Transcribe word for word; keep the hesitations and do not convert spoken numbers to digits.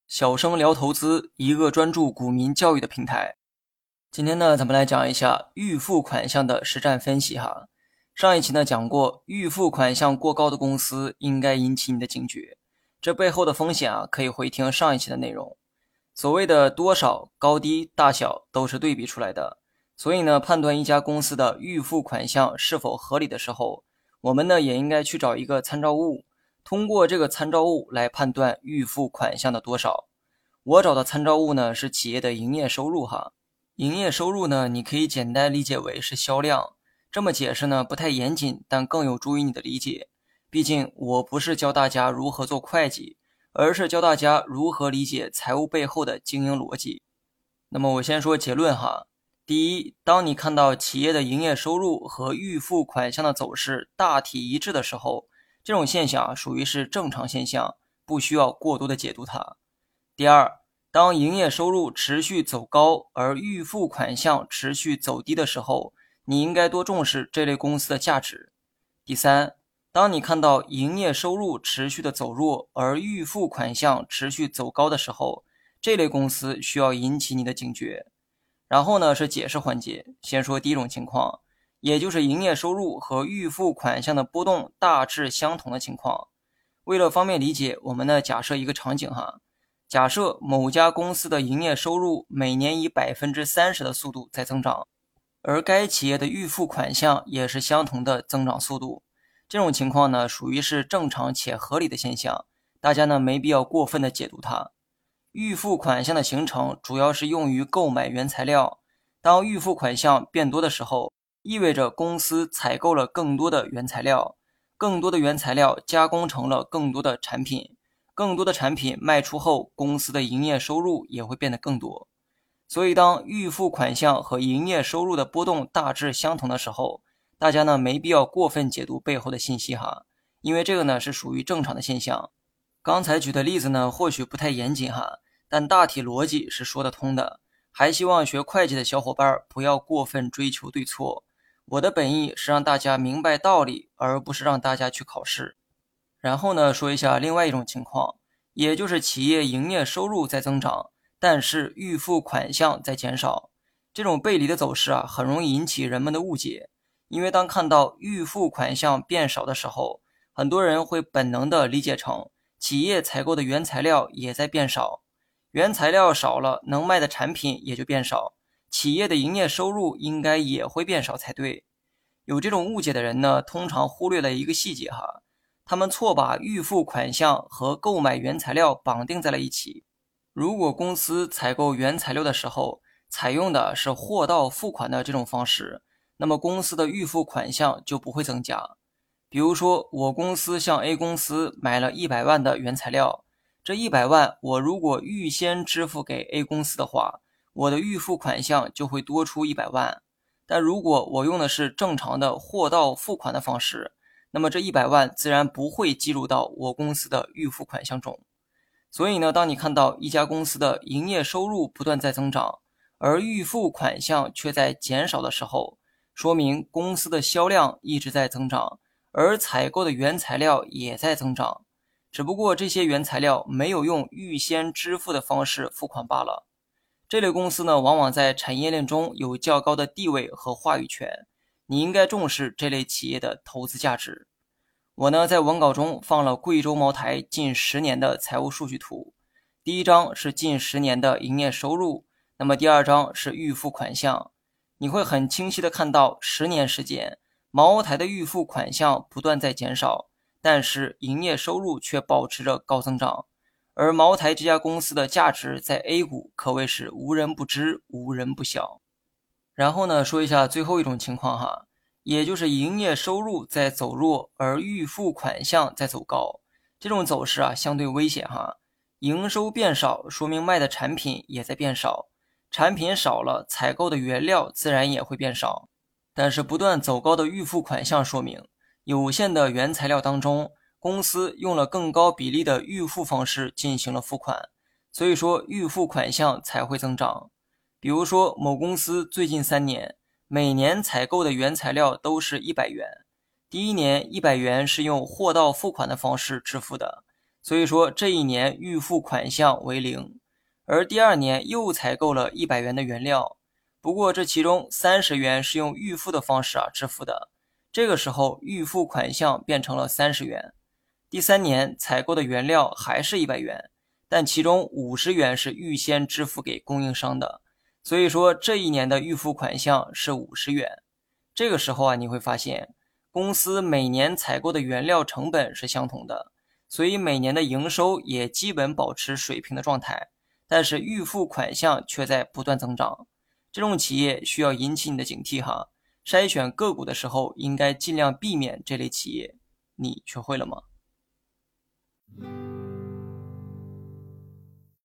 小生聊投资，一个专注股民教育的平台。今天呢，咱们来讲一下预付款项的实战分析哈。上一期呢讲过，预付款项过高的公司应该引起你的警觉，这背后的风险啊，可以回听上一期的内容。所谓的多少、高低、大小都是对比出来的，所以呢，判断一家公司的预付款项是否合理的时候，我们呢也应该去找一个参照物。通过这个参照物来判断预付款项的多少。我找的参照物呢是企业的营业收入哈。营业收入呢，你可以简单理解为是销量。这么解释呢不太严谨，但更有助于你的理解。毕竟我不是教大家如何做会计，而是教大家如何理解财务背后的经营逻辑。那么我先说结论哈。第一，当你看到企业的营业收入和预付款项的走势大体一致的时候，这种现象属于是正常现象，不需要过多的解读它。第二，当营业收入持续走高，而预付款项持续走低的时候，你应该多重视这类公司的价值。第三，当你看到营业收入持续的走弱，而预付款项持续走高的时候，这类公司需要引起你的警觉。然后呢是解释环节，先说第一种情况。也就是营业收入和预付款项的波动大致相同的情况。为了方便理解，我们呢假设一个场景哈，假设某家公司的营业收入每年以 百分之三十 的速度在增长，而该企业的预付款项也是相同的增长速度。这种情况呢属于是正常且合理的现象，大家呢没必要过分的解读它。预付款项的形成主要是用于购买原材料，当预付款项变多的时候，意味着公司采购了更多的原材料，更多的原材料加工成了更多的产品，更多的产品卖出后，公司的营业收入也会变得更多。所以当预付款项和营业收入的波动大致相同的时候，大家呢没必要过分解读背后的信息哈，因为这个呢是属于正常的现象。刚才举的例子呢或许不太严谨哈，但大体逻辑是说得通的。还希望学会计的小伙伴不要过分追求对错。我的本意是让大家明白道理，而不是让大家去考试。然后呢，说一下另外一种情况，也就是企业营业收入在增长，但是预付款项在减少。这种背离的走势啊，很容易引起人们的误解。因为当看到预付款项变少的时候，很多人会本能地理解成企业采购的原材料也在变少，原材料少了，能卖的产品也就变少。企业的营业收入应该也会变少才对。有这种误解的人呢，通常忽略了一个细节哈，他们错把预付款项和购买原材料绑定在了一起。如果公司采购原材料的时候，采用的是货到付款的这种方式，那么公司的预付款项就不会增加。比如说，我公司向 A 公司买了一百万的原材料，这一百万我如果预先支付给 A 公司的话，我的预付款项就会多出一百万。但如果我用的是正常的货到付款的方式，那么这一百万自然不会计入到我公司的预付款项中。所以呢，当你看到一家公司的营业收入不断在增长，而预付款项却在减少的时候，说明公司的销量一直在增长，而采购的原材料也在增长，只不过这些原材料没有用预先支付的方式付款罢了。这类公司呢，往往在产业链中有较高的地位和话语权，你应该重视这类企业的投资价值。我呢，在文稿中放了贵州茅台近十年的财务数据图，第一张是近十年的营业收入，那么第二张是预付款项。你会很清晰的看到十年时间，茅台的预付款项不断在减少，但是营业收入却保持着高增长。而茅台这家公司的价值在 A 股可谓是无人不知，无人不晓。然后呢，说一下最后一种情况哈，也就是营业收入在走弱，而预付款项在走高。这种走势啊，相对危险哈。营收变少，说明卖的产品也在变少，产品少了，采购的原料自然也会变少。但是不断走高的预付款项说明，有限的原材料当中，公司用了更高比例的预付方式进行了付款，所以说预付款项才会增长。比如说某公司最近三年每年采购的原材料都是一百元，第一年一百元是用货到付款的方式支付的， 所以说这一年预付款项为零。而第二年又采购了一百元的原料，不过这其中三十元是用预付的方式啊支付的，这个时候预付款项变成了三十元。第三年采购的原料还是一百元，但其中五十元是预先支付给供应商的，所以说这一年的预付款项是五十元。这个时候啊，你会发现公司每年采购的原料成本是相同的，所以每年的营收也基本保持水平的状态，但是预付款项却在不断增长。这种企业需要引起你的警惕哈，筛选个股的时候应该尽量避免这类企业。你学会了吗？